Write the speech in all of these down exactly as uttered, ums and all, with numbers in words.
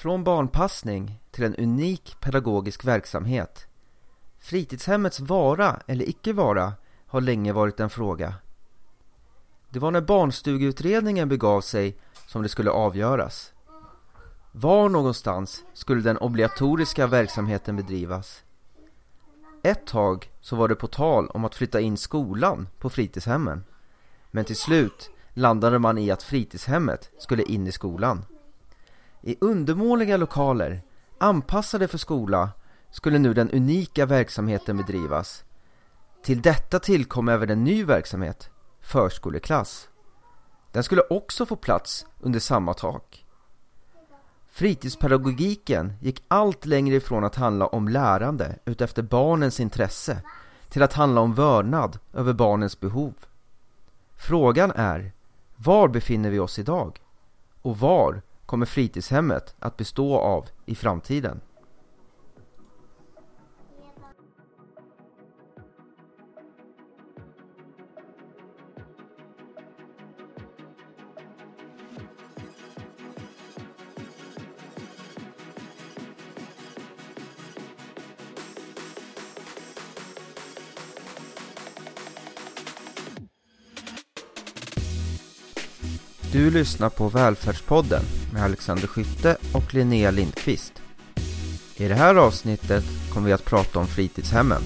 Från barnpassning till en unik pedagogisk verksamhet. Fritidshemmets vara eller icke vara har länge varit en fråga. Det var när barnstugeutredningen begav sig som det skulle avgöras. Var någonstans skulle den obligatoriska verksamheten bedrivas? Ett tag så var det på tal om att flytta in skolan på fritidshemmen. Men till slut landade man i att fritidshemmet skulle in i skolan. I undermåliga lokaler, anpassade för skola, skulle nu den unika verksamheten bedrivas. Till detta tillkom även en ny verksamhet, förskoleklass. Den skulle också få plats under samma tak. Fritidspedagogiken gick allt längre ifrån att handla om lärande utefter barnens intresse till att handla om vördnad över barnens behov. Frågan är, var befinner vi oss idag? Och var kommer fritidshemmet att bestå av i framtiden? Du lyssnar på Välfärdspodden med Alexander Skytte och Linnea Lindqvist. I det här avsnittet kommer vi att prata om fritidshemmen.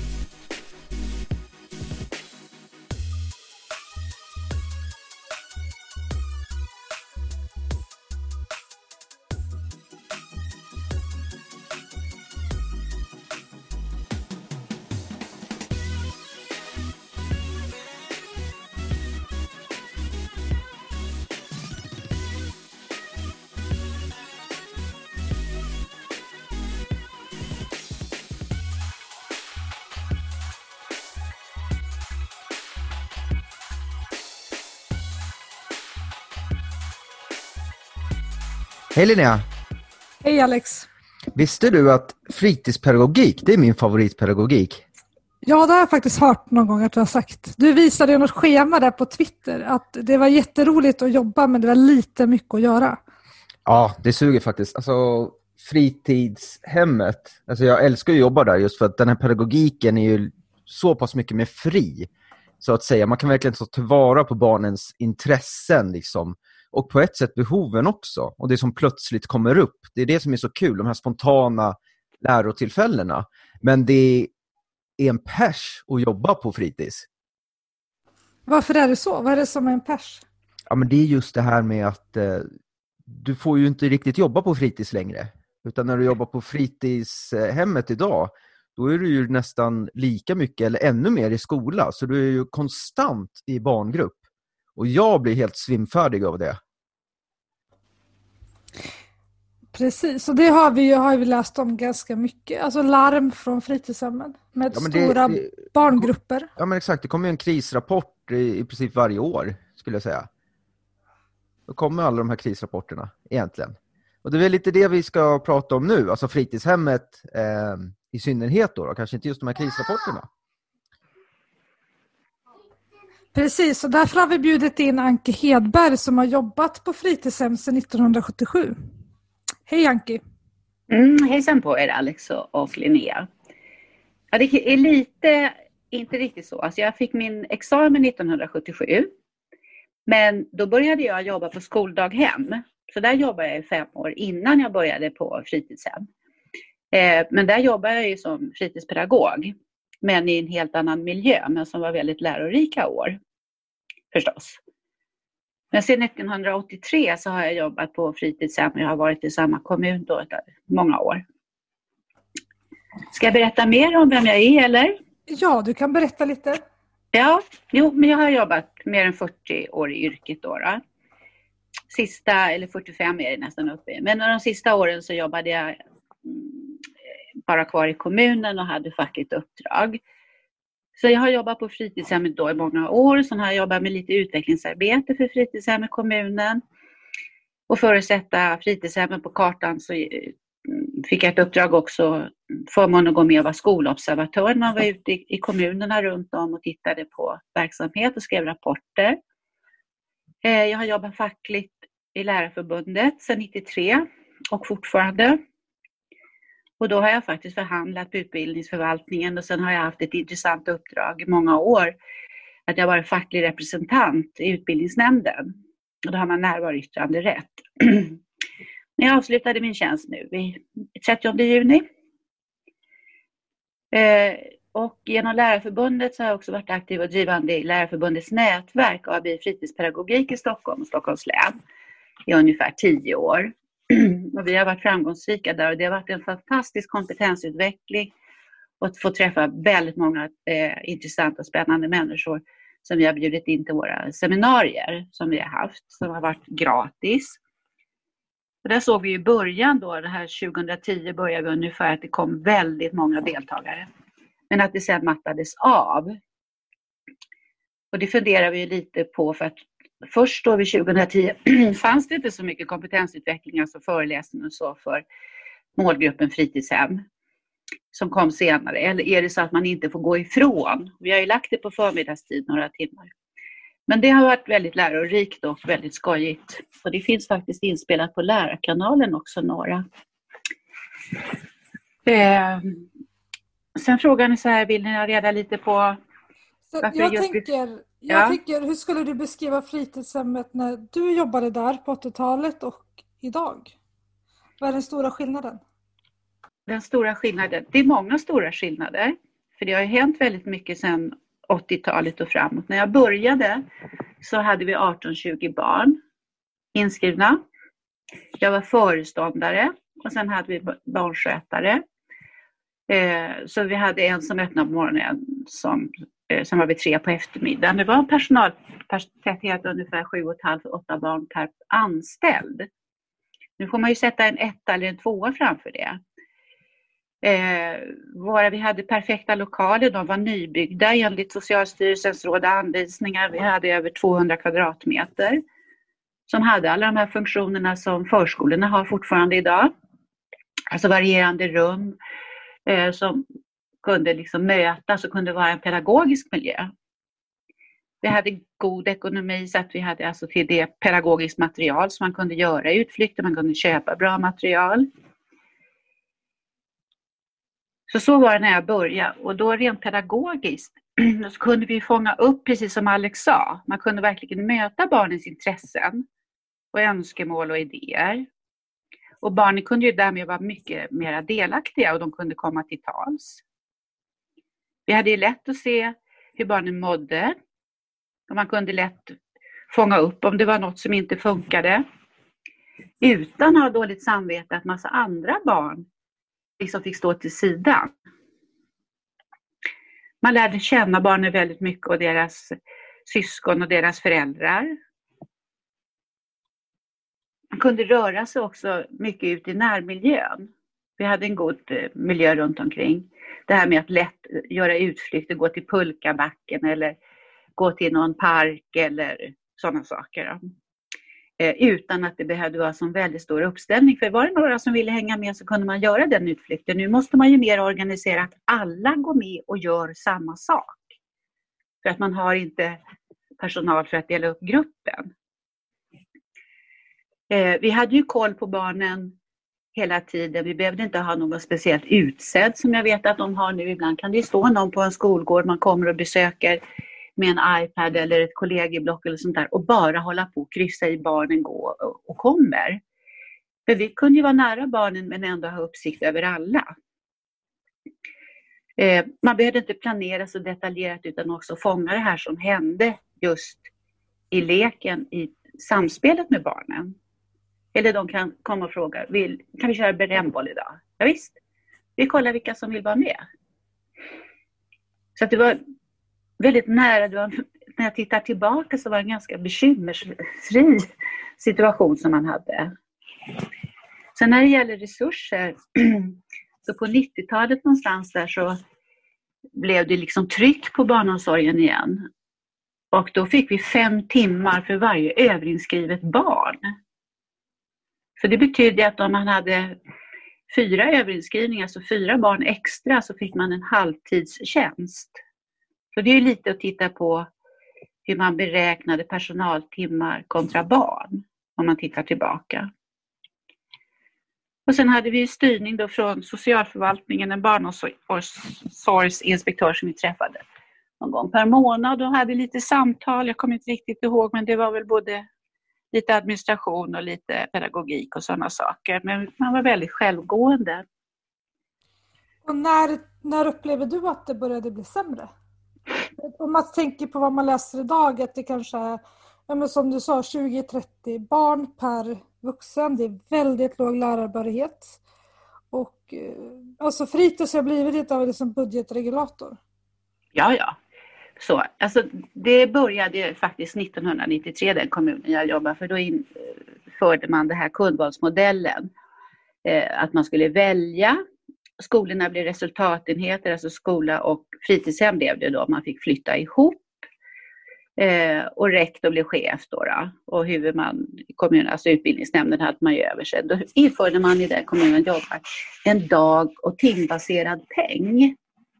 Hej Linnea! Hej Alex! Visste du att fritidspedagogik, det är min favoritpedagogik? Ja, det har jag faktiskt hört någon gång att du har sagt. Du visade ju något schema där på Twitter att det var jätteroligt att jobba men det var lite mycket att göra. Ja, det suger faktiskt. Alltså fritidshemmet, alltså jag älskar att jobba där just för att den här pedagogiken är ju så pass mycket mer fri. Så att säga, man kan verkligen ta tillvara på barnens intressen liksom. Och på ett sätt behoven också. Och det som plötsligt kommer upp. Det är det som är så kul. De här spontana lärotillfällena. Men det är en pers att jobba på fritids. Varför är det så? Vad är det som är en pers? Ja, men det är just det här med att eh, du får ju inte riktigt jobba på fritids längre. Utan när du jobbar på fritidshemmet idag, då är du ju nästan lika mycket eller ännu mer i skola. Så du är ju konstant i barngrupp. Och jag blir helt svimfärdig av det. Precis, och det har vi ju har vi läst om ganska mycket. Alltså larm från fritidshemmen med ja, stora det, det, barngrupper. Ja men exakt, det kommer ju en krisrapport i, i princip varje år skulle jag säga. Då kommer alla de här krisrapporterna egentligen. Och det är väl lite det vi ska prata om nu. Alltså fritidshemmet eh, i synnerhet då, då. Kanske inte just de här krisrapporterna. Precis, och därför har vi bjudit in Anke Hedberg som har jobbat på fritidshem sedan nittonhundrasjuttiosju. Hej Anke! Mm, hejsan på er Alex och Linnea. Ja, det är lite, inte riktigt så. Alltså jag fick min examen nittonhundrasjuttiosju. Men då började jag jobba på skoldaghem. Så där jobbade jag i fem år innan jag började på fritidshem. Eh, men där jobbade jag ju som fritidspedagog. Men i en helt annan miljö, men som var väldigt lärorika år, förstås. Men sedan nittonhundraåttiotre så har jag jobbat på fritidshem. Jag har varit i samma kommun då många år. Ska jag berätta mer om vem jag är, eller? Ja, du kan berätta lite. Ja, jo, men jag har jobbat mer än fyrtio år i yrket då. då. Sista, eller fyrtiofem är det nästan uppe i. Men de sista åren så jobbade jag bara kvar i kommunen och hade fackligt uppdrag. Så jag har jobbat på fritidshemmet då i många år. Sen har jag jobbat med lite utvecklingsarbete för fritidshem i kommunen. Och för att sätta fritidshemmen på kartan så fick jag ett uppdrag också, förmån att gå med och vara skolobservatör. Man var ute i kommunerna runt om och tittade på verksamhet och skrev rapporter. Jag har jobbat fackligt i Lärarförbundet sedan nittiotre. och fortfarande. Och då har jag faktiskt förhandlat på utbildningsförvaltningen och sen har jag haft ett intressant uppdrag i många år. Att jag var facklig representant i utbildningsnämnden. Och då har man närvaroyttrande rätt. När jag avslutade min tjänst nu i trettionde juni. Eh, och genom Lärarförbundet så har jag också varit aktiv och drivande i Lärarförbundets nätverk A B I fritidspedagogik i Stockholm och Stockholms län i ungefär tio år. Och vi har varit framgångsrika där och det har varit en fantastisk kompetensutveckling och att få träffa väldigt många eh, intressanta och spännande människor som vi har bjudit in till våra seminarier som vi har haft, som har varit gratis. Och där såg vi i början då, det här tjugohundratio började vi ungefär att det kom väldigt många deltagare. Men att det sedan mattades av. Och det funderar vi lite på för att först då vid tjugohundratio fanns det inte så mycket kompetensutveckling, alltså föreläsning och så för målgruppen fritidshem som kom senare. Eller är det så att man inte får gå ifrån? Vi har ju lagt det på förmiddagstid några timmar. Men det har varit väldigt lärorikt och väldigt skojigt. Och det finns faktiskt inspelat på lärarkanalen också några. Eh, sen frågan är så här, vill ni ha reda lite på... Så jag just... tänker, jag ja. tänker, hur skulle du beskriva fritidshemmet när du jobbade där på åttiotalet och idag? Vad är den stora skillnaden? Den stora skillnaden, det är många stora skillnader. För det har ju hänt väldigt mycket sedan åttiotalet och framåt. När jag började så hade vi arton tjugo barn inskrivna. Jag var föreståndare och sen hade vi barnskötare. Eh, så vi hade en som öppnade på morgonen, som, eh, sen var vi tre på eftermiddagen. Det var en personaltäthet ungefär sju och ett halvt till åtta barn per anställd. Nu får man ju sätta en etta eller en tvåa framför det. Eh, våra, vi hade perfekta lokaler, de var nybyggda enligt Socialstyrelsens råd och anvisningar. Vi hade över tvåhundra kvadratmeter som hade alla de här funktionerna som förskolorna har fortfarande idag. Alltså varierande rum eh, som kunde liksom mötas och kunde vara en pedagogisk miljö. Vi hade god ekonomi så att vi hade alltså till det pedagogiskt material som man kunde göra i utflykter, man kunde köpa bra material. Så så var det när jag började och då rent pedagogiskt så kunde vi fånga upp, precis som Alex sa, man kunde verkligen möta barnens intressen och önskemål och idéer. Och barnen kunde ju därmed vara mycket mer delaktiga och de kunde komma till tals. Vi hade ju lätt att se hur barnen mådde och man kunde lätt fånga upp om det var något som inte funkade utan att ha dåligt samvete att massa andra barn liksom fick stå till sidan. Man lärde känna barnen väldigt mycket och deras syskon och deras föräldrar. Man kunde röra sig också mycket ut i närmiljön. Vi hade en god miljö runt omkring. Det här med att lätt göra utflykter, gå till pulkabacken eller gå till någon park eller sådana saker. Utan att det behövde vara en väldigt stor uppställning. För var det några som ville hänga med så kunde man göra den utflykten. Nu måste man ju mer organisera att alla går med och gör samma sak. För att man har inte personal för att dela upp gruppen. Eh, vi hade ju koll på barnen hela tiden. Vi behövde inte ha någon speciellt utsedd som jag vet att de har nu. Ibland kan det stå någon på en skolgård man kommer och besöker med en iPad eller ett kollegieblock eller sånt där och bara hålla på och kryssa i barnen gå och kommer. För vi kunde ju vara nära barnen men ändå ha uppsikt över alla. Eh, man behövde inte planera så detaljerat utan också fånga det här som hände just i leken, i samspelet med barnen. Eller de kan komma och fråga, vill, kan vi köra brännboll idag? Ja, visst, vi kollar vilka som vill vara med. Så att det var väldigt nära, det var, när jag tittar tillbaka så var det en ganska bekymmersfri situation som man hade. Sen när det gäller resurser, så på nittiotalet någonstans där så blev det liksom tryck på barnomsorgen igen. Och då fick vi fem timmar för varje överinskrivet barn. Så det betydde att om man hade fyra överinskrivningar, så fyra barn extra, så fick man en halvtidstjänst. Så det är lite att titta på hur man beräknade personaltimmar kontra barn, om man tittar tillbaka. Och sen hade vi ju styrning då från socialförvaltningen, en barnomsorgsinspektör som vi träffade någon gång per månad och hade lite samtal. Jag kommer inte riktigt ihåg, men det var väl både lite administration och lite pedagogik och sådana saker. Men man var väldigt självgående. Och när, när upplever du att det började bli sämre? Om man tänker på vad man läser idag, att det kanske är, ja, men som du sa, tjugo till trettio barn per vuxen. Det är väldigt låg lärarbehörighet. Och alltså fritids har blivit lite av liksom budgetregulator. Ja, ja. Så, alltså, det började faktiskt nittonhundranittiotre, den kommunen jag jobbar för. Då införde man det här kundvalsmodellen. Eh, att man skulle välja. Skolorna blev resultatenheter, alltså skola och fritidshem blev det då. Man fick flytta ihop. Eh, och rektor blev chef då, då. Och huvudman i kommunen, alltså utbildningsnämnden, hade man ju över sig. Då införde man i den kommunen jobbar en dag- och timbaserad peng.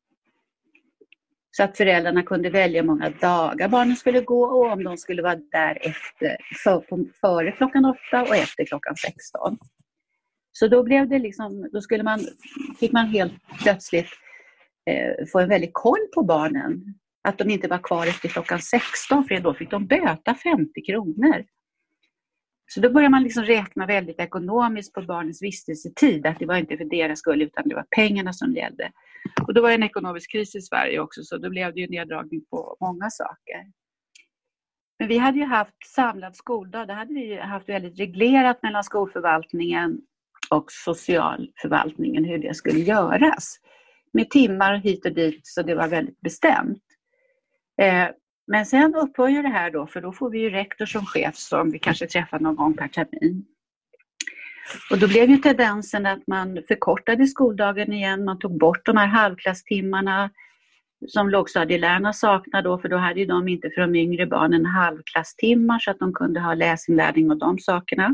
Så att föräldrarna kunde välja hur många dagar barnen skulle gå och om de skulle vara där efter, för, på, före klockan åtta och efter klockan sexton. Så då blev det liksom, då skulle man, fick man helt plötsligt eh, få en väldigt koll på barnen. Att de inte var kvar efter klockan sexton, för då fick de böta femtio kronor. Så då började man liksom räkna väldigt ekonomiskt på barnens vistelsetid. Att det var inte för deras skull utan det var pengarna som gällde. Och då var det en ekonomisk kris i Sverige också, så då blev det ju neddragning på många saker. Men vi hade ju haft samlad skoldag. Det hade vi ju haft väldigt reglerat mellan skolförvaltningen och socialförvaltningen hur det skulle göras. Med timmar hit och dit, så det var väldigt bestämt. Eh, men sen upphör ju det här då, för då får vi ju rektor som chef som vi kanske träffar någon gång per termin. Och då blev ju tendensen att man förkortade skoldagen igen. Man tog bort de här halvklasstimmarna som lågstadielärarna saknade då, för då hade ju de inte för de yngre barnen halvklasstimmar så att de kunde ha läsinlärning och de sakerna.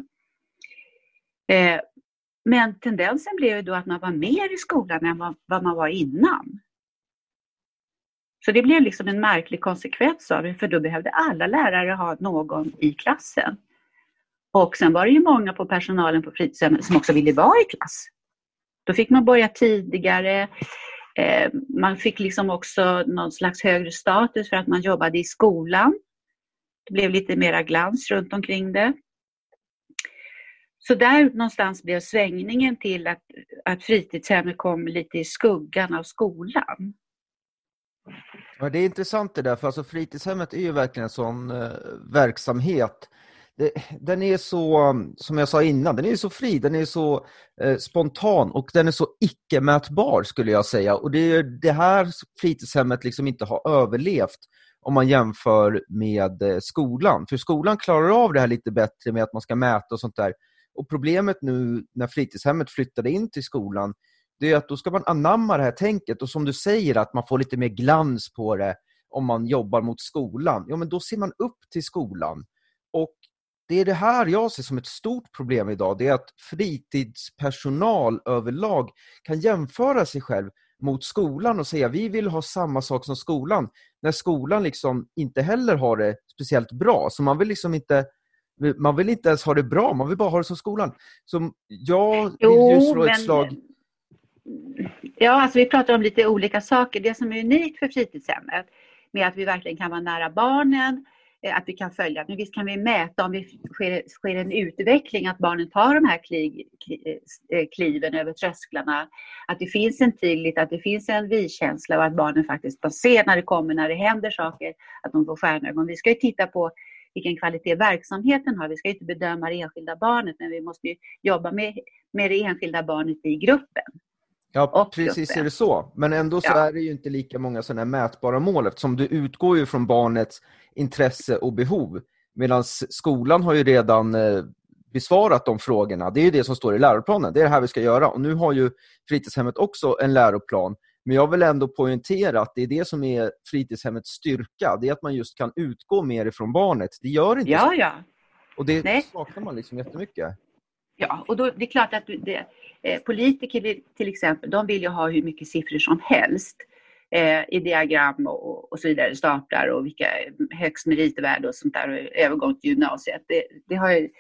Eh, men tendensen blev ju då att man var mer i skolan än vad, vad man var innan. Så det blev liksom en märklig konsekvens av det, för då behövde alla lärare ha någon i klassen. Och sen var det ju många på personalen på fritidshemmet som också ville vara i klass. Då fick man börja tidigare. Eh, man fick liksom också någon slags högre status för att man jobbade i skolan. Det blev lite mera glans runt omkring det. Så där någonstans blev svängningen till att, att fritidshemmet kom lite i skuggan av skolan. Ja, det är intressant det där, för alltså fritidshemmet är ju verkligen en sån eh, verksamhet. Det, den är så, som jag sa innan, den är så fri, den är så eh, spontan och den är så icke-mätbar skulle jag säga. Och det är det här fritidshemmet liksom inte har överlevt om man jämför med eh, skolan. För skolan klarar av det här lite bättre med att man ska mäta och sånt där. Och problemet nu när fritidshemmet flyttade in till skolan, det är att då ska man anamma det här tänket. Och som du säger, att man får lite mer glans på det om man jobbar mot skolan. Ja, men då ser man upp till skolan. Och det är det här jag ser som ett stort problem idag. Det är att fritidspersonal överlag kan jämföra sig själv mot skolan och säga vi vill ha samma sak som skolan. När skolan liksom inte heller har det speciellt bra. Så man vill liksom inte... Man vill inte ens ha det bra, man vill bara ha det som skolan. Så jag vill jo, ju slå men... ett slag... Ja, alltså vi pratar om lite olika saker. Det som är unikt för fritidshemmet med att vi verkligen kan vara nära barnen, att vi kan följa. Men visst kan vi mäta om det sker, sker en utveckling, att barnen tar de här kli, kliven över trösklarna. Att det finns en tillit, att det finns en vi-känsla och att barnen faktiskt får se när det kommer, när det händer saker, att de får stjärnögon. Vi ska ju titta på vilken kvalitet verksamheten har. Vi ska inte bedöma det enskilda barnet, men vi måste ju jobba med, med det enskilda barnet i gruppen. Ja, precis gruppen. Är det så. Men ändå så ja. Är det ju inte lika många sådana här mätbara mål, eftersom du utgår ju från barnets intresse och behov. Medan skolan har ju redan eh, besvarat de frågorna. Det är ju det som står i läroplanen. Det är det här vi ska göra. Och nu har ju fritidshemmet också en läroplan. Men jag vill ändå poängtera att det är det som är fritidshemmets styrka. Det är att man just kan utgå mer ifrån barnet. Det gör inte ja, så. Ja. Och det Nej. saknar man liksom jättemycket. Ja, och då, det är klart att det, eh, politiker till exempel, de vill ju ha hur mycket siffror som helst eh, i diagram och, och så vidare, staplar och vilka högst meritvärde och sånt där och övergång till gymnasiet. Det, det har ju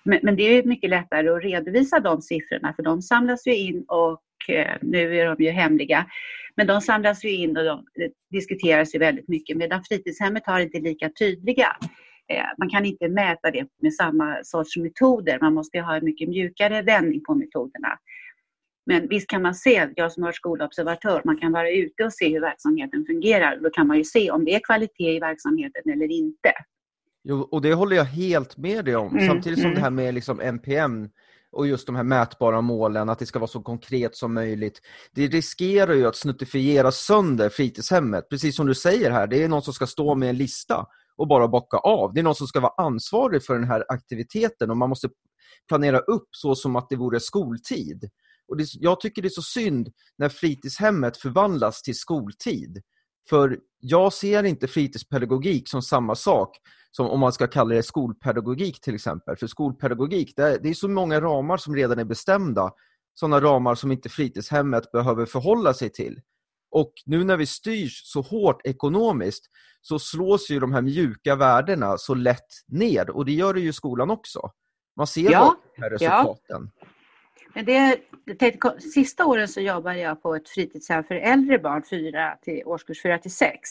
Men, men det är ju mycket lättare att redovisa de siffrorna, för de samlas ju in och eh, nu är de ju hemliga. Men de samlas ju in och de diskuteras ju väldigt mycket, medan fritidshemmet har inte lika tydliga. Eh, man kan inte mäta det med samma sorts metoder. Man måste ha en mycket mjukare vändning på metoderna. Men visst kan man se, jag som har skolobservatör, man kan vara ute och se hur verksamheten fungerar. Då kan man ju se om det är kvalitet i verksamheten eller inte. Jo, och det håller jag helt med dig om. Mm, Samtidigt som mm. det här med liksom N P M och just de här mätbara målen, att det ska vara så konkret som möjligt. Det riskerar ju att snuttifiera sönder fritidshemmet. Precis som du säger här, det är någon som ska stå med en lista och bara bocka av. Det är någon som ska vara ansvarig för den här aktiviteten och man måste planera upp så som att det vore skoltid. Och det, jag tycker det är så synd när fritidshemmet förvandlas till skoltid. För jag ser inte fritidspedagogik som samma sak som om man ska kalla det skolpedagogik till exempel. För skolpedagogik, det är, det är så många ramar som redan är bestämda. Sådana ramar som inte fritidshemmet behöver förhålla sig till. Och nu när vi styrs så hårt ekonomiskt så slås ju de här mjuka värdena så lätt ner. Och det gör det ju i skolan också. Man ser Ja, de här resultaten. Ja. Men det, det, sista åren så jobbade jag på ett fritidshem för äldre barn, fyra till, årskurs fyra till sex.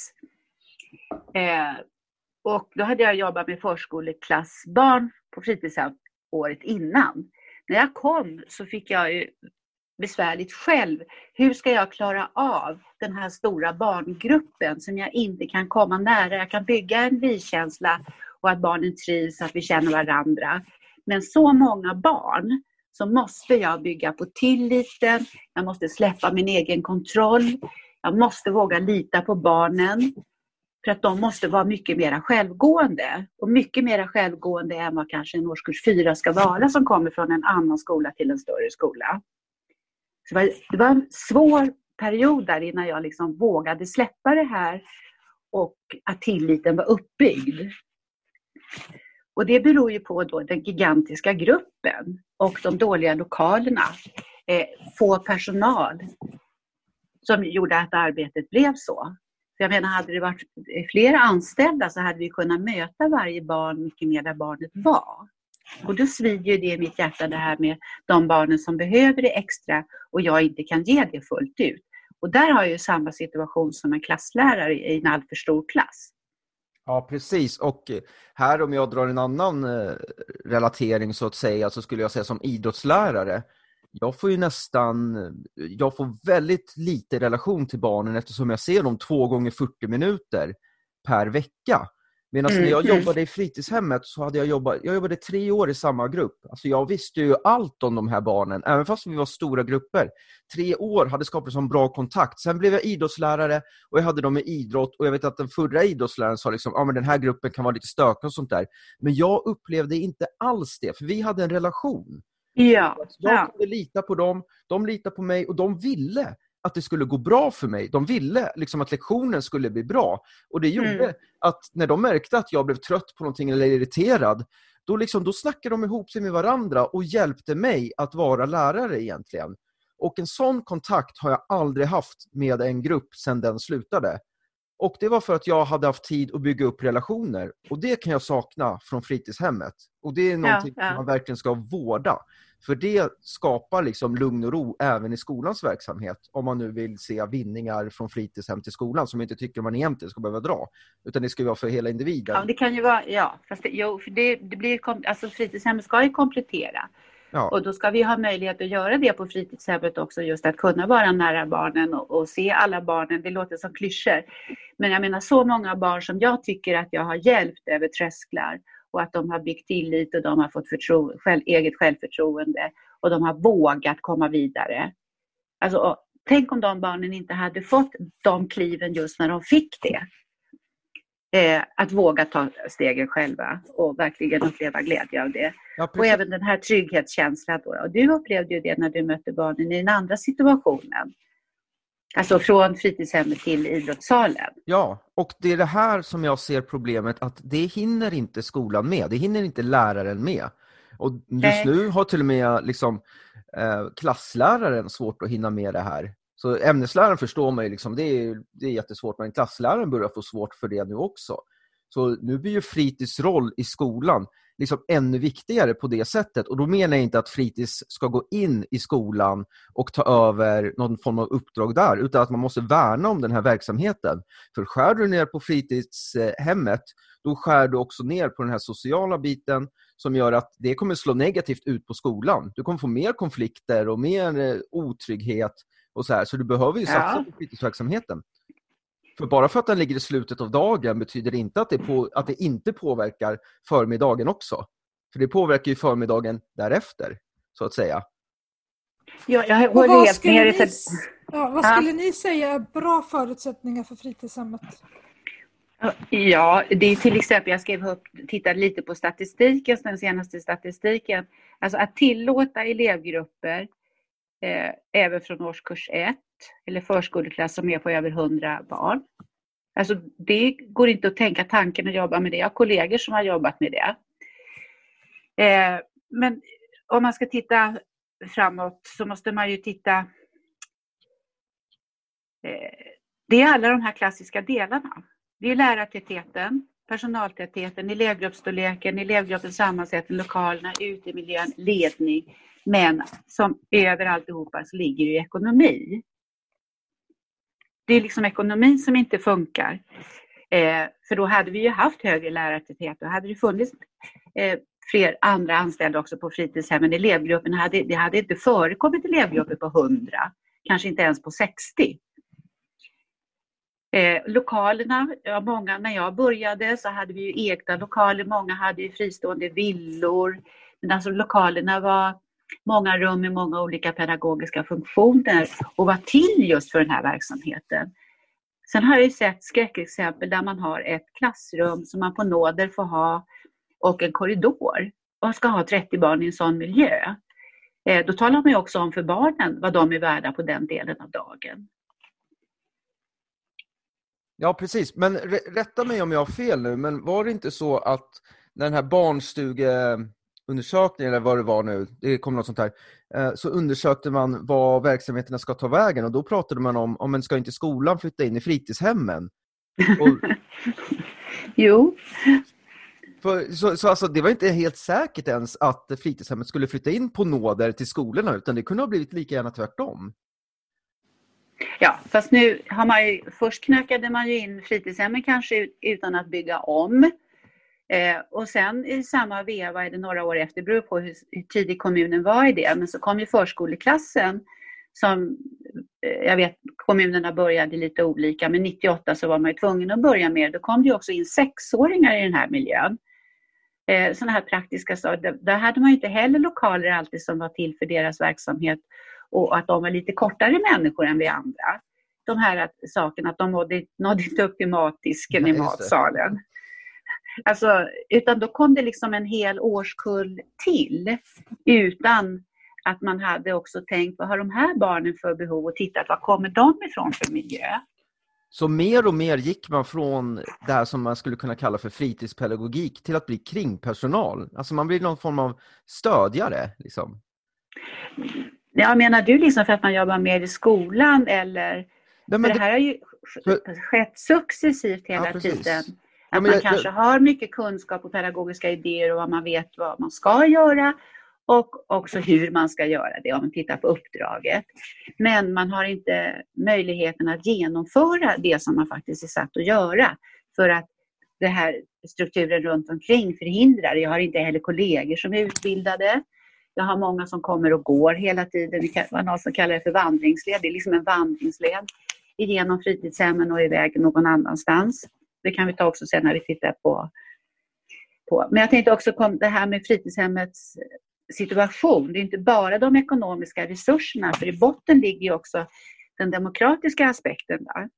Eh, och då hade jag jobbat med förskoleklassbarn på fritidshem året innan. När jag kom så fick jag ju besvärligt själv. Hur ska jag klara av den här stora barngruppen som jag inte kan komma nära? Jag kan bygga en vi-känsla och att barnen trivs, att vi känner varandra. Men så många barn, så måste jag bygga på tilliten. Jag måste släppa min egen kontroll. Jag måste våga lita på barnen. För att de måste vara mycket mer självgående. Och mycket mer självgående än vad kanske en årskurs fyra ska vara som kommer från en annan skola till en större skola. Så det var, det var en svår period där innan jag liksom vågade släppa det här. Och att tilliten var uppbyggd. Och det beror ju på då den gigantiska gruppen och de dåliga lokalerna. Eh, få personal som gjorde att arbetet blev så. För jag menar, hade det varit flera anställda så hade vi kunnat möta varje barn mycket mer där barnet var. Och då svider ju det i mitt hjärta, det här med de barnen som behöver det extra och jag inte kan ge det fullt ut. Och där har jag ju samma situation som en klasslärare i en alltför stor klass. Ja, precis. Och här om jag drar en annan relatering så att säga, så skulle jag säga som idrottslärare. Jag får ju nästan, jag får väldigt lite relation till barnen eftersom jag ser dem två gånger fyrtio minuter per vecka. Medan mm. när jag jobbade i fritidshemmet så hade jag jobbat, jag jobbade tre år i samma grupp. Alltså jag visste ju allt om de här barnen, även fast vi var stora grupper. Tre år hade skapat en bra kontakt. Sen blev jag idrottslärare och jag hade dem i idrott. Och jag vet att den förra idrottsläraren sa liksom, ja men den här gruppen kan vara lite stökig och sånt där. Men jag upplevde inte alls det, för vi hade en relation. Ja. Jag ja. kunde lita på dem, de litade på mig och de ville att det skulle gå bra för mig. De ville liksom att lektionen skulle bli bra. Och det gjorde mm. att när de märkte att jag blev trött på någonting eller irriterad, då, liksom, då snackade de ihop sig med varandra och hjälpte mig att vara lärare egentligen. Och en sån kontakt har jag aldrig haft med en grupp sedan den slutade. Och det var för att jag hade haft tid att bygga upp relationer. Och det kan jag sakna från fritidshemmet. Och det är någonting ja, ja. man verkligen ska vårda. För det skapar liksom lugn och ro även i skolans verksamhet. Om man nu vill se vinningar från fritidshem till skolan som inte tycker man egentligen ska behöva dra. Utan det ska vara för hela individen. Ja, det kan ju vara, ja. Fast det, jo, för det, det blir, alltså fritidshem ska ju komplettera. Ja. Och då ska vi ha möjlighet att göra det på fritidshemmet också. Just att kunna vara nära barnen och, och se alla barnen. Det låter som klyschor. Men jag menar så många barn som jag tycker att jag har hjälpt över trösklar. Och att de har byggt tillit och de har fått förtro- själv, eget självförtroende. Och de har vågat komma vidare. Alltså, tänk om de barnen inte hade fått de kliven just när de fick det. Eh, att våga ta stegen själva och verkligen uppleva glädje av det. Ja, och även den här trygghetskänslan då. Och du upplevde ju det när du mötte barnen i den andra situationen. Alltså från fritidshemmet till idrottssalen. Ja, och det är det här som jag ser problemet, att det hinner inte skolan med. Det hinner inte läraren med. Och just Nej. nu har till och med liksom, eh, klassläraren svårt att hinna med det här. Så ämnesläraren förstår man ju, liksom, det, är, det är jättesvårt, men klassläraren börjar få svårt för det nu också. Så nu blir ju fritidsroll i skolan liksom ännu viktigare på det sättet. Och då menar jag inte att fritids ska gå in i skolan och ta över någon form av uppdrag där, utan att man måste värna om den här verksamheten. För skär du ner på fritidshemmet, då skär du också ner på den här sociala biten som gör att det kommer slå negativt ut på skolan. Du kommer få mer konflikter och mer otrygghet och så här. Så du behöver ju satsa Ja. på fritidsverksamheten. För bara för att den ligger i slutet av dagen betyder det inte att det, på, att det inte påverkar förmiddagen också. För det påverkar ju förmiddagen därefter, så att säga. Ja, jag Och håller vad helt skulle, med ni, dig. ja, vad skulle ni säga är bra förutsättningar för fritidshemmet? Ja, det är till exempel, jag skrev upp, tittade lite på statistiken, den senaste statistiken. Alltså att tillåta elevgrupper eh, även från årskurs ett eller förskoleklass som är på över hundra barn. Alltså det går inte att tänka tanken att jobba med det. Jag har kollegor som har jobbat med det. Eh, men om man ska titta framåt så måste man ju titta. Eh, det är alla de här klassiska delarna. Det är lärartätheten, personaltätheten, elevgruppsstorleken, elevgruppens sammansättning, lokalerna, utemiljön, ledning. Men som över alltihopa så ligger ju ekonomi. Det är liksom ekonomin som inte funkar. Eh, för då hade vi ju haft högre lärartäthet. Då hade det funnits eh, fler andra anställda också på fritidshemmen. Elevgruppen hade, det hade inte förekommit elevgrupper på hundra. Kanske inte ens på sextio. Eh, lokalerna, ja, många, när jag började så hade vi ju egna lokaler. Många hade ju fristående villor. Men alltså lokalerna var många rum med många olika pedagogiska funktioner och var till just för den här verksamheten. Sen har jag ju sett skräckexempel där man har ett klassrum som man på nåder får ha och en korridor och ska ha trettio barn i en sån miljö. Eh, då talar man ju också om för barnen vad de är värda på den delen av dagen. Ja, precis. Men rätta mig om jag har fel nu, men var det inte så att när den här barnstugeundersökningen eller vad det var nu, det kom något sånt här, så undersökte man vad verksamheterna ska ta vägen och då pratade man om om man ska inte skolan flytta in i fritidshemmen. Och, jo. För, så så alltså, det var inte helt säkert ens att fritidshemmet skulle flytta in på nåder till skolorna, utan det kunde ha blivit lika gärna tvärtom. Ja, fast nu har man ju, först knökade man ju in fritidshemmen kanske utan att bygga om. Eh, och sen i samma veva, är det några år efter, beror på hur, hur tidig kommunen var i det. Men så kom ju förskoleklassen som, eh, jag vet kommunerna började lite olika, men nittioåtta så var man ju tvungen att börja med. Då kom det ju också in sexåringar i den här miljön. Eh, sådana här praktiska saker, där, där hade man ju inte heller lokaler alltid som var till för deras verksamhet. Och att de var lite kortare människor än vi andra. De här sakerna, att de nådde, nådde inte upp till matdisken Nej, i matsalen. Alltså, utan då kom det liksom en hel årskull till. Utan att man hade också tänkt, vad har de här barnen för behov? Och tittat, vad kommer de ifrån för miljö? Så mer och mer gick man från det här som man skulle kunna kalla för fritidspedagogik till att bli kringpersonal. Alltså man blir någon form av stödjare liksom. Ja, menar du liksom för att man jobbar mer i skolan eller? Nej, men för det här har ju för... skett successivt hela ja, tiden. Att ja, man jag, kanske jag... har mycket kunskap och pedagogiska idéer och vad man vet vad man ska göra och också hur man ska göra det om man tittar på uppdraget. Men man har inte möjligheten att genomföra det som man faktiskt är satt att göra för att det här strukturen runt omkring förhindrar. Jag har inte heller kollegor som är utbildade. Jag har många som kommer och går hela tiden. Det kan vara någon som kallar det för vandringsled. Det är liksom en vandringsled igenom fritidshemmen och iväg någon annanstans. Det kan vi ta också sen när vi tittar på. på. Men jag tänkte också på det här med fritidshemmets situation. Det är inte bara de ekonomiska resurserna. För i botten ligger ju också den demokratiska aspekten där.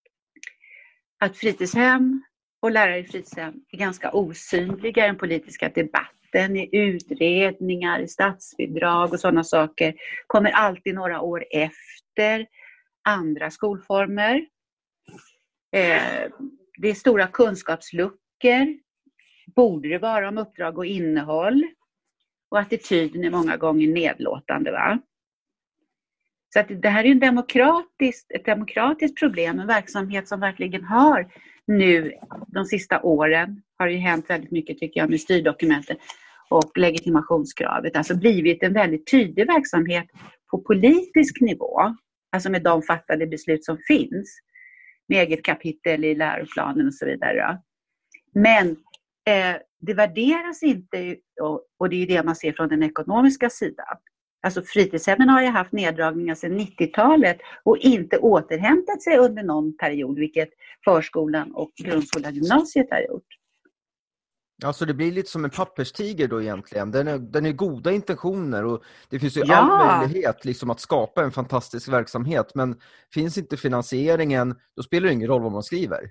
Att fritidshem och lärare i fritidshem är ganska osynliga i den politiska debatten, i utredningar, i statsbidrag och sådana saker. Kommer alltid några år efter andra skolformer. Eh, det är stora kunskapsluckor. Borde det vara om uppdrag och innehåll. Och attityden är många gånger nedlåtande, va? Så att det här är en demokratiskt, ett demokratiskt problem. En verksamhet som verkligen har nu de sista åren har det ju hänt väldigt mycket tycker jag med styrdokumenten och legitimationskravet. Alltså blivit en väldigt tydlig verksamhet på politisk nivå. Alltså med de fattade beslut som finns. Med eget kapitel i läroplanen och så vidare. Men eh, det värderas inte och, och det är det man ser från den ekonomiska sidan. Alltså fritidshemmen har ju haft neddragningar sedan nittiotalet och inte återhämtat sig under någon period, vilket förskolan och grundskolan och gymnasiet har gjort. Alltså det blir lite som en papperstiger då egentligen. Den är, den är goda intentioner och det finns ju Ja. all möjlighet liksom att skapa en fantastisk verksamhet. Men finns inte finansieringen, då spelar det ingen roll vad man skriver.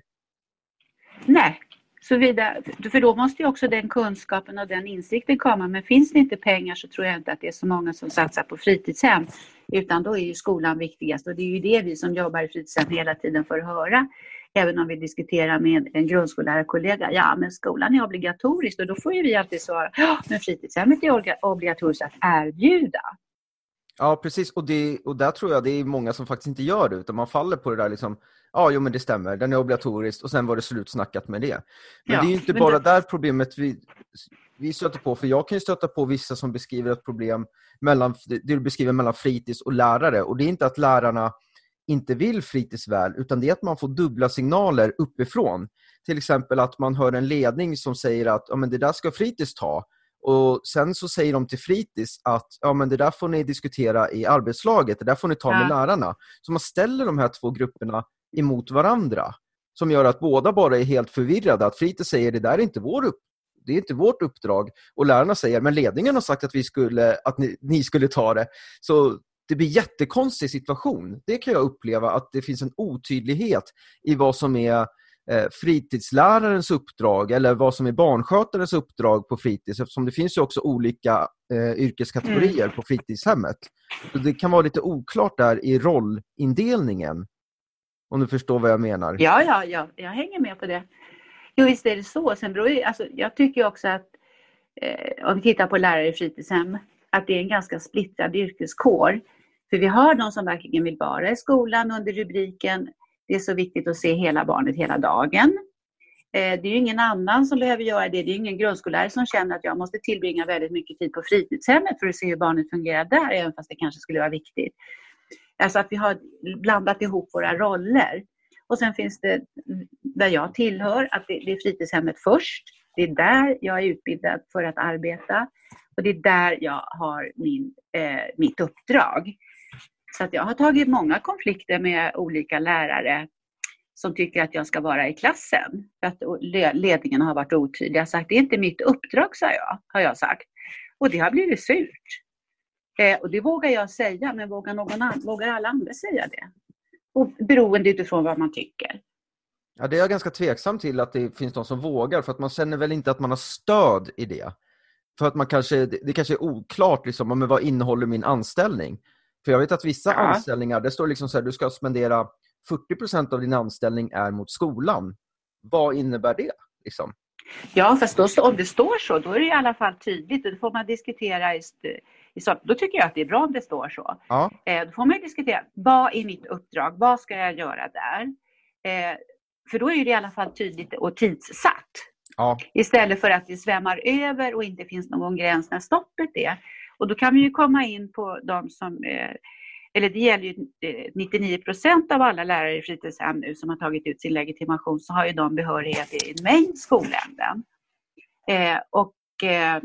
Nej, så vidare, för då måste ju också den kunskapen och den insikten komma. Men finns det inte pengar så tror jag inte att det är så många som satsar på fritidshem. Utan då är ju skolan viktigast och det är ju det vi som jobbar i fritidshem hela tiden får höra. Även om vi diskuterar med en grundskollärarkollega, ja men skolan är obligatorisk och då får ju vi alltid svara, ja men fritidshemmet är obligatoriskt att erbjuda. Ja, precis. Och, det, och där tror jag det är många som faktiskt inte gör det, utan man faller på det där liksom, ja jo men det stämmer, den är obligatorisk och sen var det slutsnackat med det. Men ja, det är ju inte bara det... där problemet vi, vi stöter på, för jag kan ju stöta på vissa som beskriver ett problem mellan, det du beskriver mellan fritids och lärare, och det är inte att lärarna inte vill fritidsväl, utan det är att man får dubbla signaler uppifrån. Till exempel att man hör en ledning som säger att ja, men det där ska fritids ta. Och sen så säger de till fritids att ja, men det där får ni diskutera i arbetslaget, det där får ni ta med ja. lärarna. Så man ställer de här två grupperna emot varandra. Som gör att båda bara är helt förvirrade. Att fritids säger det där är inte vår upp, det är inte vårt uppdrag. Och lärarna säger men ledningen har sagt att, vi skulle, att ni, ni skulle ta det. Så det blir jättekonstig situation. Det kan jag uppleva att det finns en otydlighet i vad som är eh, fritidslärarens uppdrag eller vad som är barnskötarens uppdrag på fritids. Eftersom det finns ju också olika eh, yrkeskategorier mm. på fritidshemmet. Så det kan vara lite oklart där i rollindelningen. Om du förstår vad jag menar. Ja, ja, ja. Jag hänger med på det. Jo, visst är det så. Sen beror ju, alltså, jag tycker också att eh, om vi tittar på lärare i fritidshem, att det är en ganska splittrad yrkeskår. För vi har de som verkligen vill vara i skolan under rubriken det är så viktigt att se hela barnet hela dagen. Det är ju ingen annan som behöver göra det. Det är ingen grundskollärare som känner att jag måste tillbringa väldigt mycket tid på fritidshemmet för att se hur barnet fungerar där, även fast det kanske skulle vara viktigt. Alltså att vi har blandat ihop våra roller. Och sen finns det där jag tillhör att det är fritidshemmet först. Det är där jag är utbildad för att arbeta. Och det är där jag har min, eh, mitt uppdrag. Så att jag har tagit många konflikter med olika lärare som tycker att jag ska vara i klassen. För att ledningen har varit otydlig. Jag har sagt, det är inte mitt uppdrag, sa jag, har jag sagt. Och det har blivit surt. Eh, och det vågar jag säga, men vågar, någon annan, vågar alla andra säga det? Och beroende utifrån vad man tycker. Ja, det är jag ganska tveksam till att det finns någon som vågar. För att man känner väl inte att man har stöd i det. För att man kanske, det kanske är oklart liksom, men vad innehåller min anställning? För jag vet att vissa ja. anställningar, det står liksom så här, du ska spendera fyrtio procent av din anställning är mot skolan. Vad innebär det liksom? Ja, fast då, om det står så, då är det i alla fall tydligt. Och då får man diskutera i, i så. Då tycker jag att det är bra om det står så. Ja. Eh, då får man diskutera, vad är mitt uppdrag? Vad ska jag göra där? Eh, för då är det i alla fall tydligt och tidssatt. Ja. Istället för att det svämmar över och inte finns någon gräns när stoppet är. Och då kan vi ju komma in på de som, eh, eller det gäller ju nittionio procent av alla lärare i fritidshem nu som har tagit ut sin legitimation, så har ju de behörighet i en mängd skolämnen. Eh, och eh,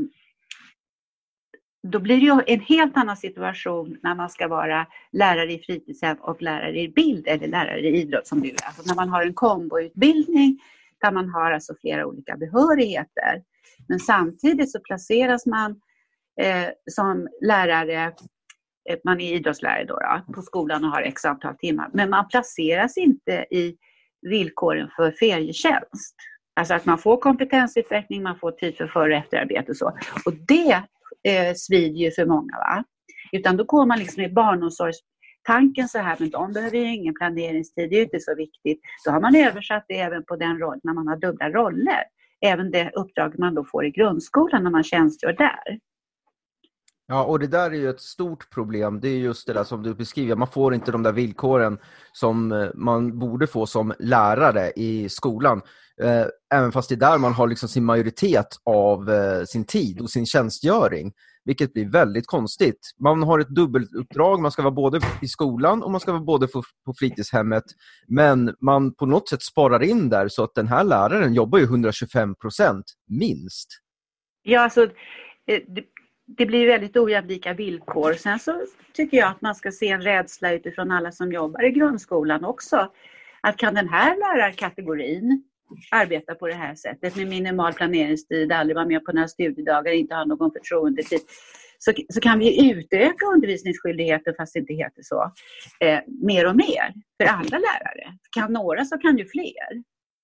då blir det ju en helt annan situation när man ska vara lärare i fritidshem och lärare i bild eller lärare i idrott som du är. Alltså när man har en komboutbildning där man har alltså flera olika behörigheter. Men samtidigt så placeras man eh, som lärare, eh, man är idrottslärare då, då på skolan och har x antal timmar. Men man placeras inte i villkoren för ferietjänst. Alltså att man får kompetensutveckling, man får tid för före- och efterarbete och så. Och det eh, svider ju för många, va? Utan då går man liksom i barnomsorgstanken så här, men de behöver ju ingen planeringstid, det är ju inte så viktigt. Då har man översatt det även på den roll när man har dubbla roller. Även det uppdrag man då får i grundskolan när man tjänstgör där. Ja, och det där är ju ett stort problem. Det är just det där som du beskriver. Man får inte de där villkoren som man borde få som lärare i skolan. Även fast det är där man har liksom sin majoritet av sin tid och sin tjänstgöring. Vilket blir väldigt konstigt. Man har ett dubbeluppdrag. Man ska vara både i skolan och man ska vara både på fritidshemmet. Men man på något sätt sparar in där så att den här läraren jobbar ju hundratjugofem procent minst. Ja, alltså... Det... Det blir väldigt ojämlika villkor. Sen så tycker jag att man ska se en rädsla utifrån alla som jobbar i grundskolan också. Att kan den här lärarkategorin arbeta på det här sättet med minimal planeringstid, aldrig vara med på några studiedagar, inte ha någon förtroendetid. Så, så kan vi utöka undervisningsskyldigheten, fast det inte heter så, eh, mer och mer för alla lärare. Kan några så kan ju fler.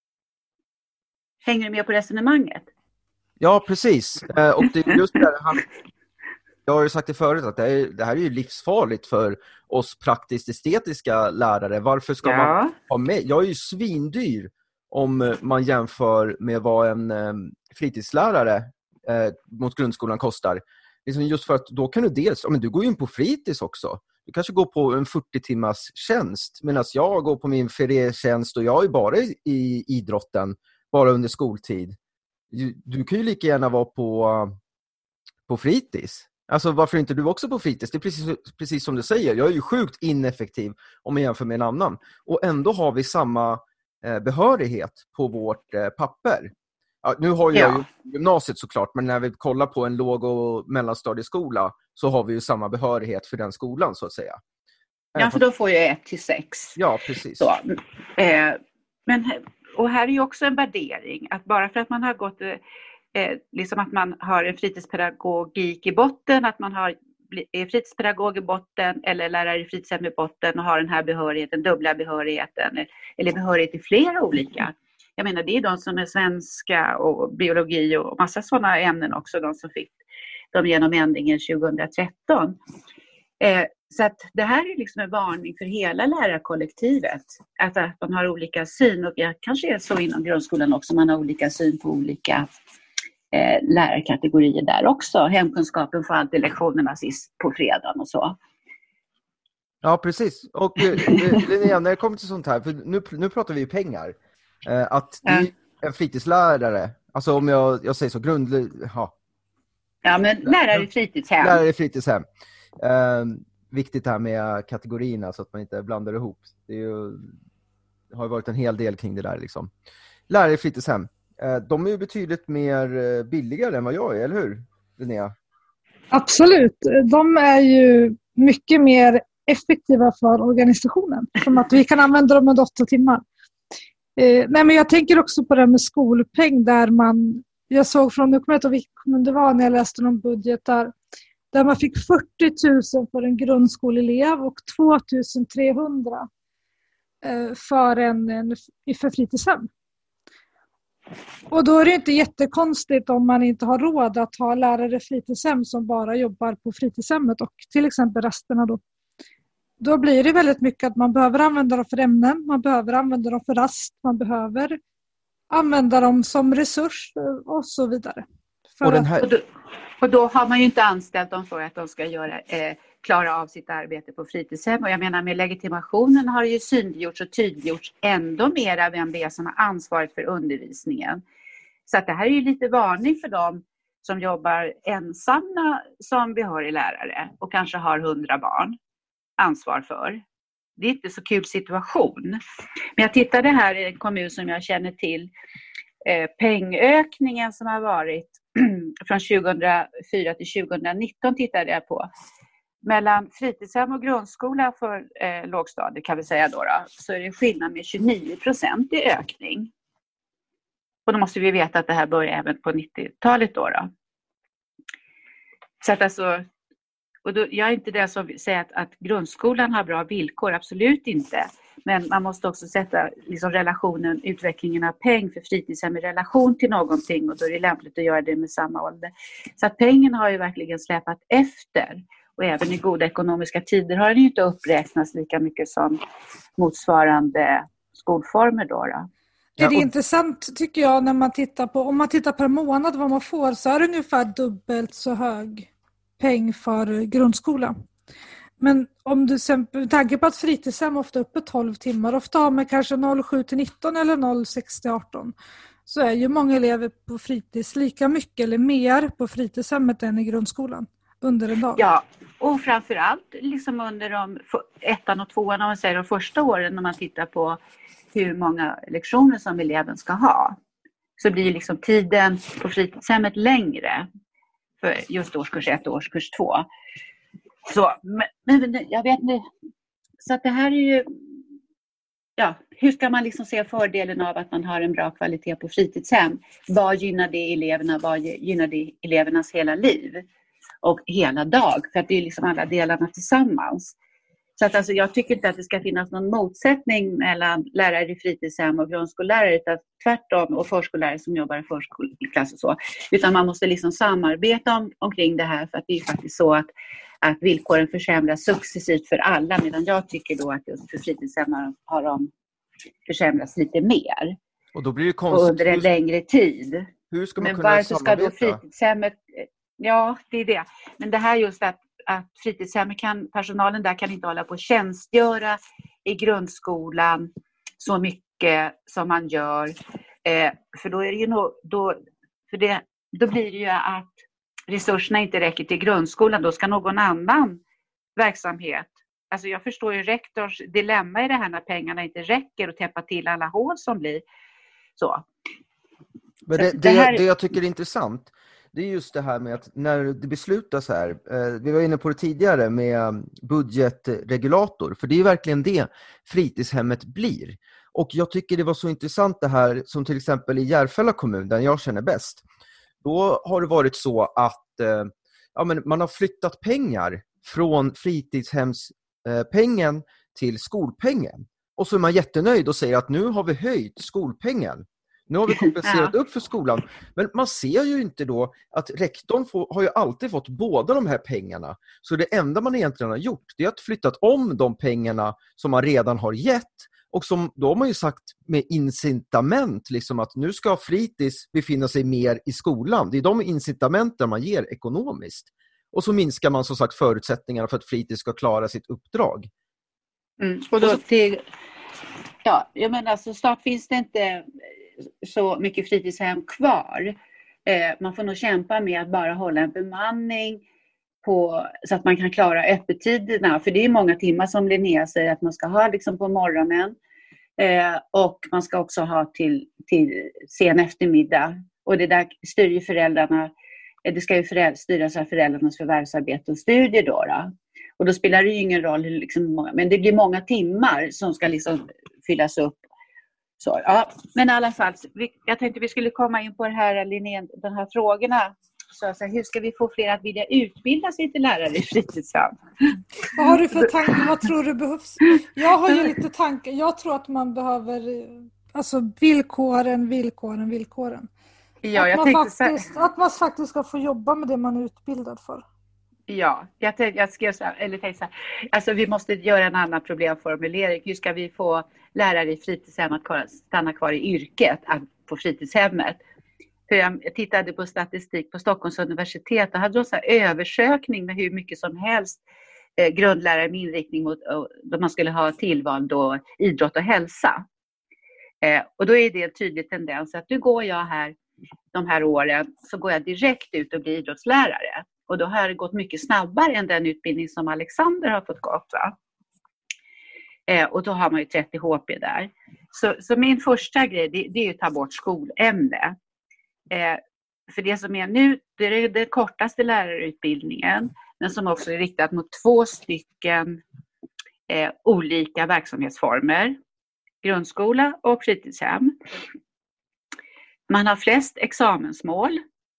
Hänger du med på resonemanget? Ja, precis. Och det är just det han... Jag har ju sagt det förut att det, är, det här är ju livsfarligt för oss praktiskt estetiska lärare. Varför ska ja. man ha med? Jag är ju svindyr om man jämför med vad en eh, fritidslärare eh, mot grundskolan kostar. Liksom just för att då kan du dels, ja, men du går ju in på fritids också. Du kanske går på en fyrtio timmars tjänst medan jag går på min ferietjänst och jag är bara i idrotten, bara under skoltid. Du, du kan ju lika gärna vara på, på fritids. Alltså varför inte du också på fritids? Det är precis, precis som du säger. Jag är ju sjukt ineffektiv om jag jämför med en annan. Och ändå har vi samma eh, behörighet på vårt eh, papper. Ja, nu har jag ja. ju gymnasiet såklart. Men när vi kollar på en låg- och mellanstadieskola så har vi ju samma behörighet för den skolan så att säga. Ja, för då får jag ett till sex. Ja, precis. Så, eh, men, och här är ju också en värdering. Att bara för att man har gått... Eh, liksom att man har en fritidspedagogik i botten, att man har är fritidspedagog i botten eller lärare i fritidshem i botten och har den här behörigheten, dubbla behörigheten eller behörighet i flera olika. Jag menar det är de som är svenska och biologi och massa sådana ämnen också, de som fick dem genom ändringen tjugohundratretton. Eh, så att det här är liksom en varning för hela lärarkollektivet. Att, att man har olika syn och det kanske är så inom grundskolan också, man har olika syn på olika Eh, lärarkategorier där också. Hemkunskapen får alltid lektionerna sist på fredagen och så. Ja, precis. Och Linnea, när det kommer till sånt här, för nu, nu pratar vi ju pengar. Eh, att det är en fritidslärare, alltså om jag, jag säger så, grund... Ja, ja men lärare i fritidshem. Lärare i fritidshem. Eh, viktigt här med kategorierna så att man inte blandar ihop. Det, är ju, det har ju varit en hel del kring det där liksom. Lärare i fritidshem. De är ju betydligt mer billigare än vad jag är, eller hur, Linnea? Absolut. De är ju mycket mer effektiva för organisationen. Som att vi kan använda dem under åtta timmar. Eh, nej, men jag tänker också på det med skolpeng där man... Jag såg från, nu kommer jag inte ihåg vilken kommun det var när jag läste någon budget där. Där man fick fyrtio tusen för en grundskoleelev och två tusen trehundra eh, för en, en för fritidshem. Och då är det inte jättekonstigt om man inte har råd att ha lärare fritidshem som bara jobbar på fritidshemmet och till exempel resterna då. Då blir det väldigt mycket att man behöver använda dem för ämnen, man behöver använda dem för rast, man behöver använda dem som resurs och så vidare. För och, den här... och, då, och då har man ju inte anställt dem för att de ska göra, eh, klara av sitt arbete på fritidshem. Och jag menar med legitimationen har det ju synliggjorts och tydliggjorts ändå mera vem det är som har ansvaret för undervisningen. Så att det här är ju lite varning för dem som jobbar ensamma som behörig lärare och kanske har hundra barn ansvar för. Det är inte så kul situation. Men jag tittade här i en kommun som jag känner till. Eh, pengökningen som har varit från tjugohundrafyra till tjugohundranitton tittade jag på. Mellan fritidshem och grundskola för eh, lågstadiet kan vi säga då, då. Så är det skillnad med tjugonio procent i ökning. Och då måste vi veta att det här börjar även på nittiotalet då. då. Så att alltså... Och då, jag är inte den som säger att, att grundskolan har bra villkor, absolut inte. Men man måste också sätta liksom, relationen, utvecklingen av peng för fritidshem i relation till någonting. Och då är det lämpligt att göra det med samma ålder. Så att pengen har ju verkligen släpat efter. Och även i goda ekonomiska tider har den ju inte uppräknats lika mycket som motsvarande skolformer då. då. Det är ja, och... intressant tycker jag när man tittar på, om man tittar per månad vad man får så är det ungefär dubbelt så hög peng för grundskola. Men om du med tanke på att fritidshem ofta är uppe tolv timmar, ofta har man kanske noll sju till nitton eller noll sex till arton, så är ju många elever på fritids lika mycket eller mer på fritidshemmet än i grundskolan under en dag. Ja, och framförallt liksom under de ettan och tvåan, om man säger de första åren, när man tittar på hur många lektioner som eleven ska ha, så blir liksom tiden på fritidshemmet längre för just årskurs ett och årskurs två. Så, men, men jag vet inte, så att det här är ju, ja, hur ska man liksom se fördelen av att man har en bra kvalitet på fritidshem? Vad gynnar det eleverna, vad gynnar det elevernas hela liv och hela dag? För att det är liksom alla delarna tillsammans. Så att alltså, jag tycker inte att det ska finnas någon motsättning mellan lärare i fritidshem och grundskollärare, utan tvärtom, och förskollärare som jobbar i förskoleklass och så. Utan man måste liksom samarbeta om, omkring det här, för att det är ju faktiskt så att, att villkoren försämras successivt för alla, medan jag tycker då att just för fritidshem har de försämrats lite mer. Och då blir det konstigt. Under en längre tid. Hur ska man Men kunna varför samarbeta? ska då fritidshemmet, ja det är det. Men det här just att att fritidshemmet kan, personalen där kan inte hålla på att tjänstgöra i grundskolan så mycket som man gör. Eh, för då är det ju no, då, för det, då blir det ju att resurserna inte räcker till grundskolan. Då ska någon annan verksamhet. Alltså jag förstår ju rektors dilemma i det här när pengarna inte räcker och täppa till alla hål som blir så. Men det, så det, det, här... det jag tycker är intressant, det är just det här med att när det beslutas här, eh, vi var inne på det tidigare med budgetregulator, för det är ju verkligen det fritidshemmet blir. Och jag tycker det var så intressant det här, som till exempel i Järfälla kommun, där jag känner bäst. Då har det varit så att eh, ja, men man har flyttat pengar från fritidshemspengen eh, till skolpengen. Och så är man jättenöjd och säger att nu har vi höjt skolpengen. Nu har vi kompenserat ja. upp för skolan. Men man ser ju inte då att rektorn får, har ju alltid fått båda de här pengarna. Så det enda man egentligen har gjort, det är att flyttat om de pengarna som man redan har gett. Och som då har man ju sagt med incitament, liksom att nu ska fritids befinna sig mer i skolan. Det är de incitamenten man ger ekonomiskt. Och så minskar man som sagt förutsättningarna för att fritids ska klara sitt uppdrag. Mm. Och då till, ja, jag menar så snart finns det inte så mycket fritidshem kvar. Eh, man får nog kämpa med att bara hålla en bemanning på, så att man kan klara öppettiderna. För det är många timmar som Linnea säger att man ska ha liksom på morgonen. Eh, och man ska också ha till, till sen eftermiddag. Och det där styr ju föräldrarna. Det ska ju föräldrar, styras av föräldrarnas förvärvsarbete och studier då. då. Och då spelar det ju ingen roll hur liksom många, men det blir många timmar som ska liksom fyllas upp. Så, ja. Men i alla fall, vi, jag tänkte vi skulle komma in på det här, Linnea, de här frågorna. Så, alltså, hur ska vi få fler att vilja utbilda sig till lärare i fritidshem? Vad har du för tankar? Vad tror du behövs? Jag har ju lite tankar. Jag tror att man behöver alltså villkoren, villkoren, villkoren. Ja, att, jag man tänkte faktiskt, så... att man faktiskt ska få jobba med det man är utbildad för. Ja, jag, tänkte, jag skrev så här, eller tänkte så här, alltså vi måste göra en annan problemformulering. Hur ska vi få lärare i fritidshem att stanna kvar i yrket på fritidshemmet? För jag tittade på statistik på Stockholms universitet och hade de så här översökning med hur mycket som helst eh, grundlärare med inriktning mot eh, då man skulle ha tillval då idrott och hälsa. Eh, och då är det en tydlig tendens att nu går jag här de här åren så går jag direkt ut och blir idrottslärare. Och då har det gått mycket snabbare än den utbildning som Alexander har fått gått. Va? Eh, och då har man ju trettio H P där. Så, så min första grej det, det är att ta bort skolämne. Eh, för det som är nu, det är den kortaste lärarutbildningen. Men som också är riktat mot två stycken eh, olika verksamhetsformer. Grundskola och fritidshem. Man har flest examensmål.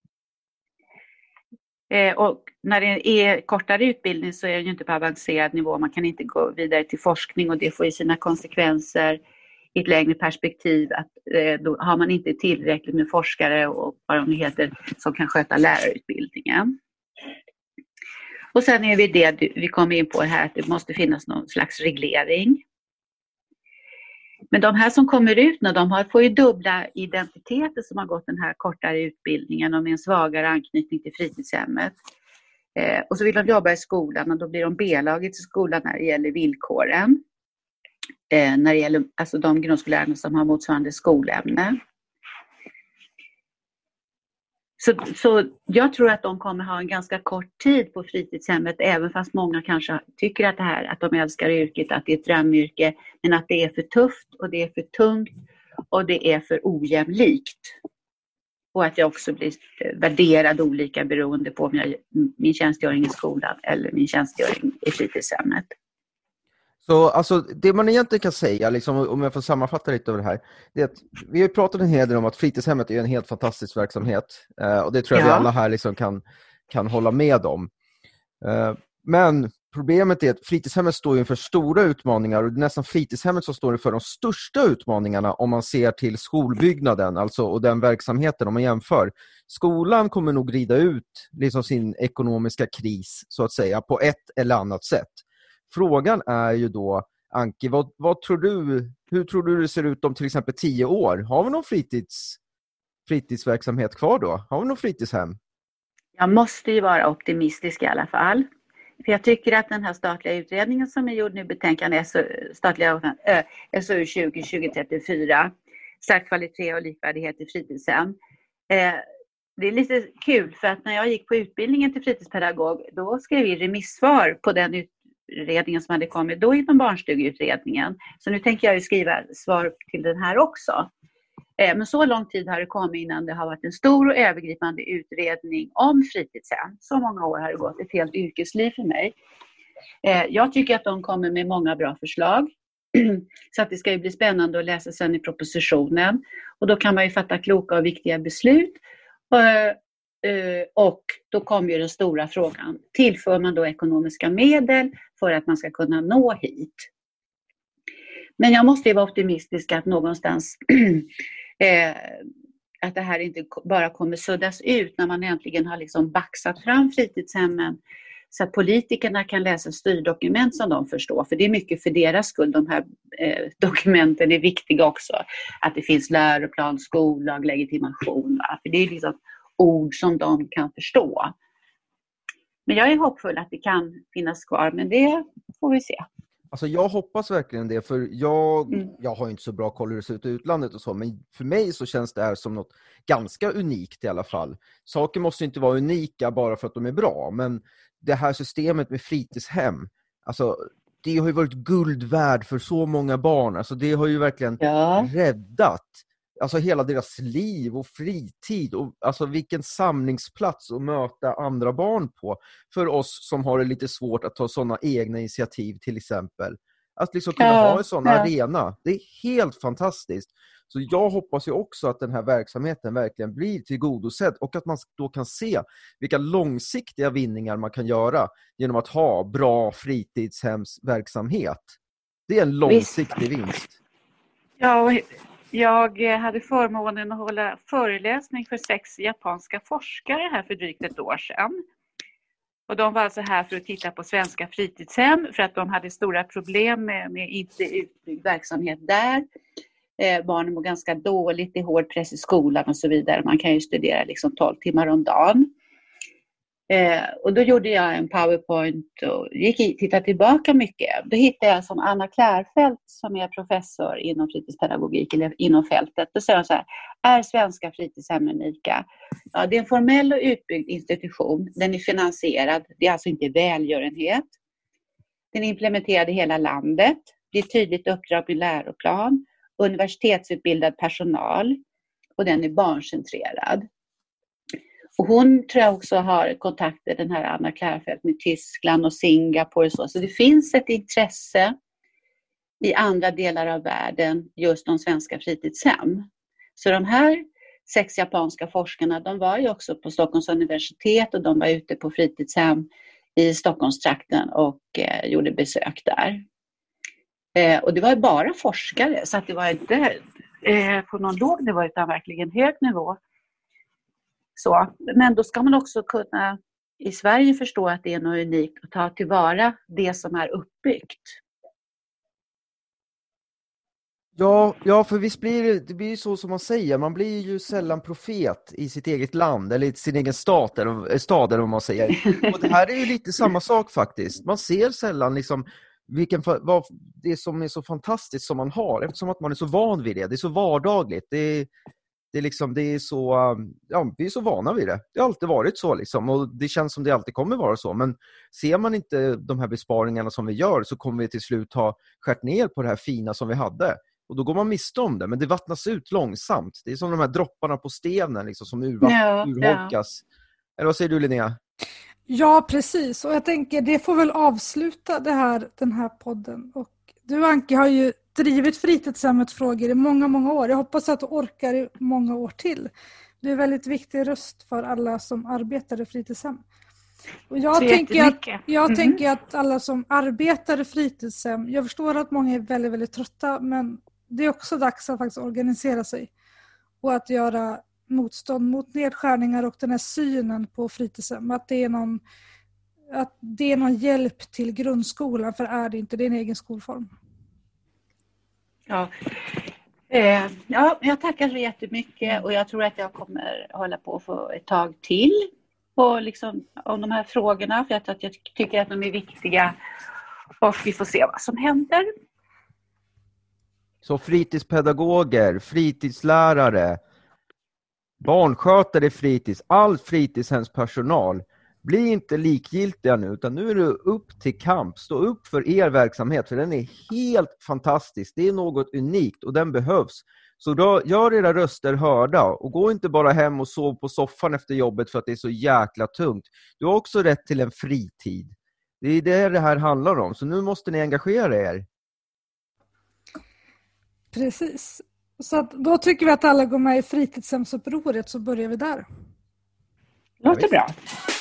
Eh, och när det är kortare utbildning så är det ju inte på avancerad nivå. Man kan inte gå vidare till forskning och det får ju sina konsekvenser i ett längre perspektiv. Att, eh, då har man inte tillräckligt med forskare och vad de heter som kan sköta lärarutbildningen. Och sen är det det vi kommer in på här att det måste finnas någon slags reglering. Men de här som kommer ut nu, de har, får ju dubbla identiteter som har gått den här kortare utbildningen och med en svagare anknytning till fritidshemmet. Eh, och så vill de jobba i skolan och då blir de B-laget i skolan när det gäller villkoren. Eh, när det gäller alltså de grundskollärare som har motsvarande skolämne. Så, så jag tror att de kommer ha en ganska kort tid på fritidshemmet, även fast många kanske tycker att det här, att de älskar yrket, att det är ett drömyrke, men att det är för tufft och det är för tungt och det är för ojämlikt. Och att jag också blir värderad olika beroende på om jag, min tjänstgöring i skolan eller min tjänstgöring i fritidshemmet. Så alltså, det man egentligen kan säga, liksom, om jag får sammanfatta lite av det här, det är att vi har pratat en hel del om att fritidshemmet är en helt fantastisk verksamhet. Eh, och det tror jag ja. vi alla här liksom kan, kan hålla med om. Eh, men problemet är att fritidshemmet står inför stora utmaningar, och det är nästan fritidshemmet som står inför de största utmaningarna om man ser till skolbyggnaden, alltså, och den verksamheten om man jämför. Skolan kommer nog rida ut liksom sin ekonomiska kris, så att säga, på ett eller annat sätt. Frågan är ju då, Anki, vad, vad tror du, hur tror du det ser ut om till exempel tio år? Har vi någon fritids, fritidsverksamhet kvar då? Har vi någon fritidshem? Jag måste ju vara optimistisk i alla fall. För jag tycker att den här statliga utredningen som är gjord nu, betänkandet statliga S O U tjugo tjugo trettiofyra, stärkt kvalitet och likvärdighet i fritidshem. Eh, det är lite kul, för att när jag gick på utbildningen till fritidspedagog, då skrev vi remissvar på den utbildningen utredningen som hade kommit då inom barnstugeutredningen. Så nu tänker jag ju skriva svar till den här också. Eh, men så lång tid har det kommit innan det har varit en stor och övergripande utredning om fritidshem. Så många år har det gått, ett helt yrkesliv för mig. Eh, jag tycker att de kommer med många bra förslag. Så att det ska ju bli spännande att läsa sen i propositionen. Och då kan man ju fatta kloka och viktiga beslut. Eh, Och då kommer ju den stora frågan. Tillför man då ekonomiska medel för att man ska kunna nå hit? Men jag måste ju vara optimistisk att någonstans eh, att det här inte bara kommer suddas ut när man äntligen har liksom baxat fram fritidshemmen så att politikerna kan läsa styrdokument som de förstår. För det är mycket för deras skull. De här eh, dokumenten är viktiga också. Att det finns läroplan, skollag, legitimation. Va? För det är liksom ord som de kan förstå. Men jag är hoppfull att det kan finnas kvar, men det får vi se. Alltså jag hoppas verkligen det, för jag, mm. jag har inte så bra koll hur det ser ut i utlandet och så, men för mig så känns det här som något ganska unikt i alla fall. Saker måste inte vara unika bara för att de är bra, men det här systemet med fritidshem, alltså det har ju varit guld värd för så många barn. Alltså det har ju verkligen ja. räddat alltså hela deras liv och fritid, och alltså vilken samlingsplats att möta andra barn på för oss som har det lite svårt att ta sådana egna initiativ till exempel. Att liksom kunna ja, ha en sån ja. arena, det är helt fantastiskt. Så jag hoppas ju också att den här verksamheten verkligen blir tillgodosedd och att man då kan se vilka långsiktiga vinningar man kan göra genom att ha bra fritidshemsverksamhet. Det är en långsiktig Visst. vinst. Ja, jag hade förmånen att hålla föreläsning för sex japanska forskare här för drygt ett år sedan. Och de var alltså här för att titta på svenska fritidshem för att de hade stora problem med, med inte utbyggd verksamhet där. Eh, barnen mår ganska dåligt, det är hård press i skolan och så vidare. Man kan ju studera liksom tolv timmar om dagen. Eh, och då gjorde jag en PowerPoint och gick i, tittade tillbaka mycket. Då hittade jag som Anna Klärfelt som är professor inom fritidspedagogik eller inom fältet. Då säger hon så här: är svenska fritidshem unika? Ja, det är en formell och utbyggd institution. Den är finansierad. Det är alltså inte välgörenhet. Den är implementerad i hela landet. Det är tydligt uppdrag med läroplan. Universitetsutbildad personal. Och den är barncentrerad. Och hon tror jag också har kontakter, den här Anna Klärfelt, med Tyskland och Singapore och så. Så det finns ett intresse i andra delar av världen just om svenska fritidshem. Så de här sex japanska forskarna, de var ju också på Stockholms universitet och de var ute på fritidshem i Stockholmstrakten och eh, gjorde besök där. Eh, och det var ju bara forskare, så att det var inte eh, på någon låg nivå utan verkligen hög nivå. Så, men då ska man också kunna i Sverige förstå att det är något unikt och ta tillvara det som är uppbyggt. Ja, ja, för visst blir det, det blir ju så som man säger. Man blir ju sällan profet i sitt eget land eller i sin egen stat eller, stad eller vad man säger. Och det här är ju lite samma sak faktiskt. Man ser sällan liksom vilken, vad det som är så fantastiskt som man har, eftersom att man är så van vid det. Det är så vardagligt. Det är, det är liksom, det är så, ja, vi är så vana vid det. Det har alltid varit så liksom, och det känns som det alltid kommer vara så. Men ser man inte de här besparingarna som vi gör, så kommer vi till slut ha skärt ner på det här fina som vi hade. Och då går man miste om det, men det vattnas ut långsamt. Det är som de här dropparna på stenen liksom, som urvatt- ja, urholkas. Ja. Eller vad säger du, Linnea? Ja, precis. Och jag tänker, det får väl avsluta det här, den här podden. Och du, Anki, har ju drivit fritidshemmets frågor i många, många år. Jag hoppas att du orkar i många år till. Du är en väldigt viktig röst för alla som arbetar i fritidshem. Och jag Så tänker att, jag mm. tänker att alla som arbetar i fritidshem, jag förstår att många är väldigt, väldigt trötta, men det är också dags att faktiskt organisera sig och att göra motstånd mot nedskärningar och den här synen på fritidshem. Att det är någon, att det är någon hjälp till grundskolan, för är det inte, det är en egen skolform. Ja. Eh, ja, jag tackar så jättemycket, och jag tror att jag kommer hålla på för ett tag till på liksom, om de här frågorna, för att, att jag tycker att de är viktiga, och vi får se vad som händer. Så fritidspedagoger, fritidslärare, barnskötare i fritids, all fritidshemspersonal, bli inte likgiltiga nu, utan nu är det upp till kamp. Stå upp för er verksamhet, för den är helt fantastisk. Det är något unikt och den behövs. Så då, gör era röster hörda, och gå inte bara hem och sov på soffan efter jobbet för att det är så jäkla tungt. Du har också rätt till en fritid. Det är det det här handlar om, så nu måste ni engagera er. Precis. Så att då tycker vi att alla går med i fritidshemsupproret, så börjar vi där. Låter bra.